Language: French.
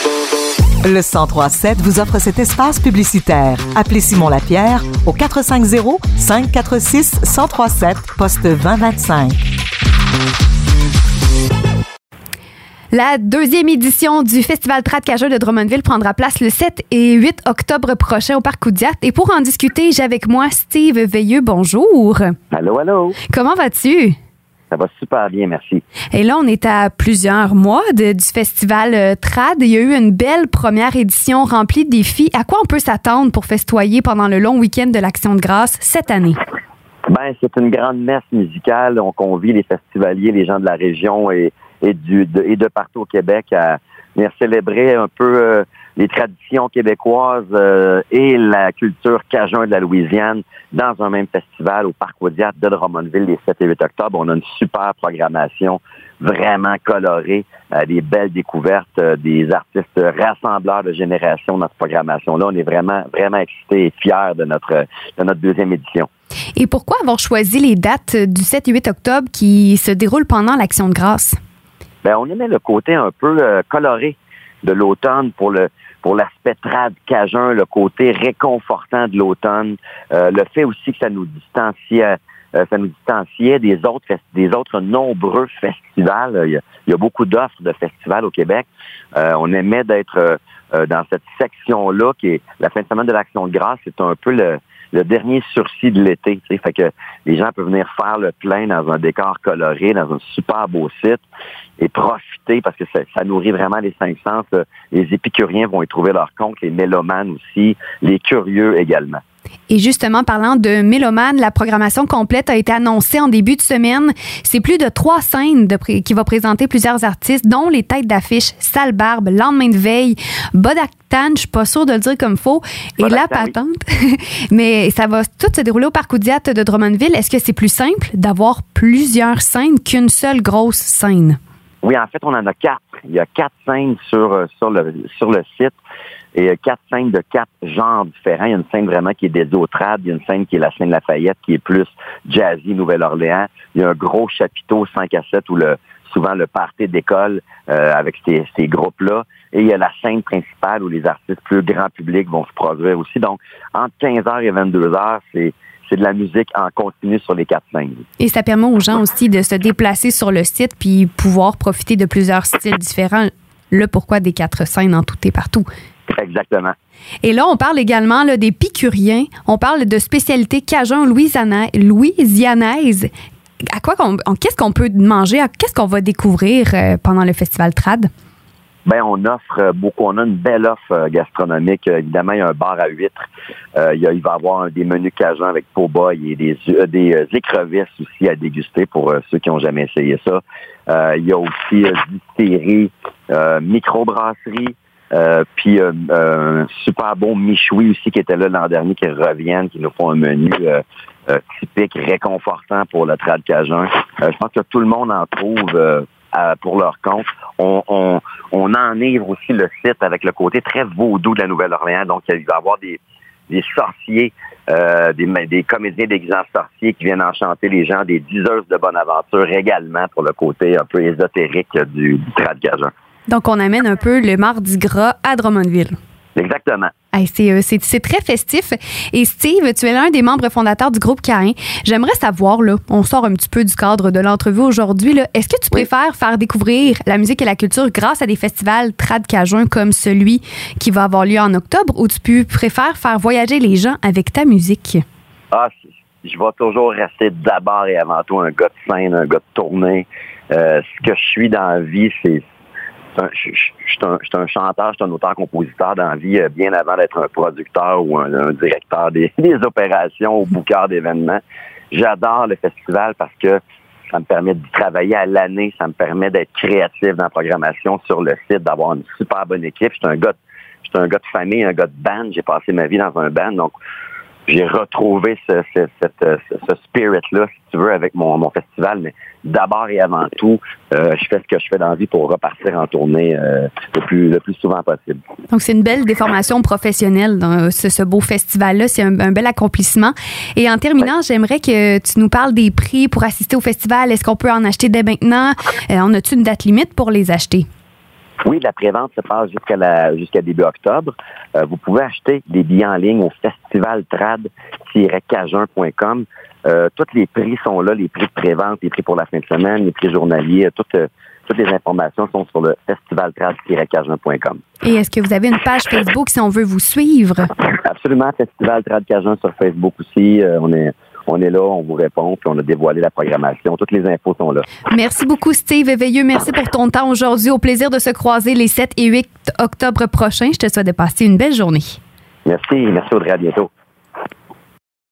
Le 1037 vous offre cet espace publicitaire. Appelez Simon Lapierre au 450-546-1037, poste 2025. La deuxième édition du Festival Trad Cajun de Drummondville prendra place le 7 et 8 octobre prochain au Parc Oudiat. Et pour en discuter, j'ai avec moi Steve Veilleux. Bonjour. Allô, allô. Comment vas-tu? Ça va super bien, merci. Et là, on est à plusieurs mois du Festival Trad. Il y a eu une belle première édition remplie de défis. À quoi on peut s'attendre pour festoyer pendant le long week-end de l'Action de grâce cette année? Ben, c'est une grande messe musicale. On convie les festivaliers, les gens de la région et de partout au Québec à venir célébrer un peu les traditions québécoises et la culture cajun de la Louisiane dans un même festival au Parc Oudiat de Drummondville les 7 et 8 octobre. On a une super programmation vraiment colorée, des belles découvertes, des artistes rassembleurs de génération dans cette programmation-là. On est vraiment, vraiment excités et fiers de notre deuxième édition. Et pourquoi avoir choisi les dates du 7 et 8 octobre qui se déroulent pendant l'Action de grâce? Ben, on aimait le côté un peu coloré de l'automne pour l'aspect trad cajun, le côté réconfortant de l'automne, le fait aussi que ça nous distanciait des autres nombreux festivals. Il y a beaucoup d'offres de festivals au Québec. On aimait d'être dans cette section-là qui est la fin de semaine de l'Action de grâce. C'est un peu le dernier sursis de l'été. Tu sais, fait que les gens peuvent venir faire le plein dans un décor coloré, dans un super beau site et profiter parce que ça nourrit vraiment les cinq sens. Les épicuriens vont y trouver leur compte, les mélomanes aussi, les curieux également. Et justement, parlant de mélomanes, la programmation complète a été annoncée en début de semaine. C'est plus de 3 scènes qui va présenter plusieurs artistes, dont les têtes d'affiche Sale Barbe, Lendemain de veille, Bodactan, je suis pas sûre de le dire comme faux, et Bodactan, La Patente. Oui. Mais ça va tout se dérouler au Parc Oudiat de Drummondville. Est-ce que c'est plus simple d'avoir plusieurs scènes qu'une seule grosse scène? Oui, en fait, on en a 4. Il y a 4 scènes sur le site. Et 4 scènes de 4 genres différents. Il y a une scène vraiment qui est dédiée au trad. Il y a une scène qui est la scène Lafayette, qui est plus jazzy, Nouvelle-Orléans. Il y a un gros chapiteau 5 à 7 où souvent le party d'école avec ces groupes-là. Et il y a la scène principale où les artistes plus grand public vont se produire aussi. Donc, entre 15h et 22h, c'est de la musique en continu sur les 4 scènes. Et ça permet aux gens aussi de se déplacer sur le site puis pouvoir profiter de plusieurs styles différents. Le pourquoi des 4 scènes en tout et partout. Exactement. Et là, on parle également là, des Picuriens. On parle de spécialités cajun louisianaises. Qu'est-ce qu'on peut manger? Qu'est-ce qu'on va découvrir pendant le Festival Trad? Ben, on offre beaucoup. On a une belle offre gastronomique. Évidemment, il y a un bar à huîtres. Il va y avoir des menus cajuns avec po-boy et des écrevisses aussi à déguster pour ceux qui n'ont jamais essayé ça. Il y a aussi distillerie, microbrasserie. Puis un super bon michoui aussi qui était là l'an dernier, qui reviennent, qui nous font un menu typique, réconfortant pour le trad cajun. Je pense que tout le monde en trouve pour leur compte. On enivre aussi le site avec le côté très vaudou de la Nouvelle-Orléans. Donc, il va y avoir des sorciers, des comédiens déguisés en sorciers qui viennent enchanter les gens, des diseuses de bonne aventure également pour le côté un peu ésotérique du trad cajun. Donc, on amène un peu le Mardi Gras à Drummondville. Exactement. Hey, c'est très festif. Et Steve, tu es l'un des membres fondateurs du groupe Caïn. J'aimerais savoir, là, on sort un petit peu du cadre de l'entrevue aujourd'hui, là, est-ce que tu préfères faire découvrir la musique et la culture grâce à des festivals trad cajun comme celui qui va avoir lieu en octobre, ou tu préfères faire voyager les gens avec ta musique? Je vais toujours rester d'abord et avant tout un gars de scène, un gars de tournée. Ce que je suis dans la vie, c'est je suis un chanteur, je suis un auteur-compositeur dans la vie bien avant d'être un producteur ou un directeur des opérations ou booker d'événements. J'adore le festival parce que ça me permet de travailler à l'année, ça me permet d'être créatif dans la programmation sur le site, d'avoir une super bonne équipe. Je suis un gars de famille, un gars de band. J'ai passé ma vie dans un band, donc j'ai retrouvé ce spirit-là, si tu veux, avec mon festival. Mais d'abord et avant tout, je fais ce que je fais dans la vie pour repartir en tournée le plus souvent possible. Donc, c'est une belle déformation professionnelle dans ce beau festival-là. C'est un bel accomplissement. Et en terminant, j'aimerais que tu nous parles des prix pour assister au festival. Est-ce qu'on peut en acheter dès maintenant? On a-tu une date limite pour les acheter? Oui, la prévente se passe jusqu'à début octobre. Vous pouvez acheter des billets en ligne au festivaltrad-cajun.com. Tous les prix sont là, les prix de prévente, les prix pour la fin de semaine, les prix journaliers, toutes les informations sont sur le festivaltrad-cajun.com. Et est-ce que vous avez une page Facebook si on veut vous suivre? Absolument, Festival Trad Cajun sur Facebook aussi. On est là, on vous répond, puis on a dévoilé la programmation. Toutes les infos sont là. Merci beaucoup, Steve Veilleux. Merci pour ton temps aujourd'hui. Au plaisir de se croiser les 7 et 8 octobre prochains. Je te souhaite de passer une belle journée. Merci Audrey. À bientôt.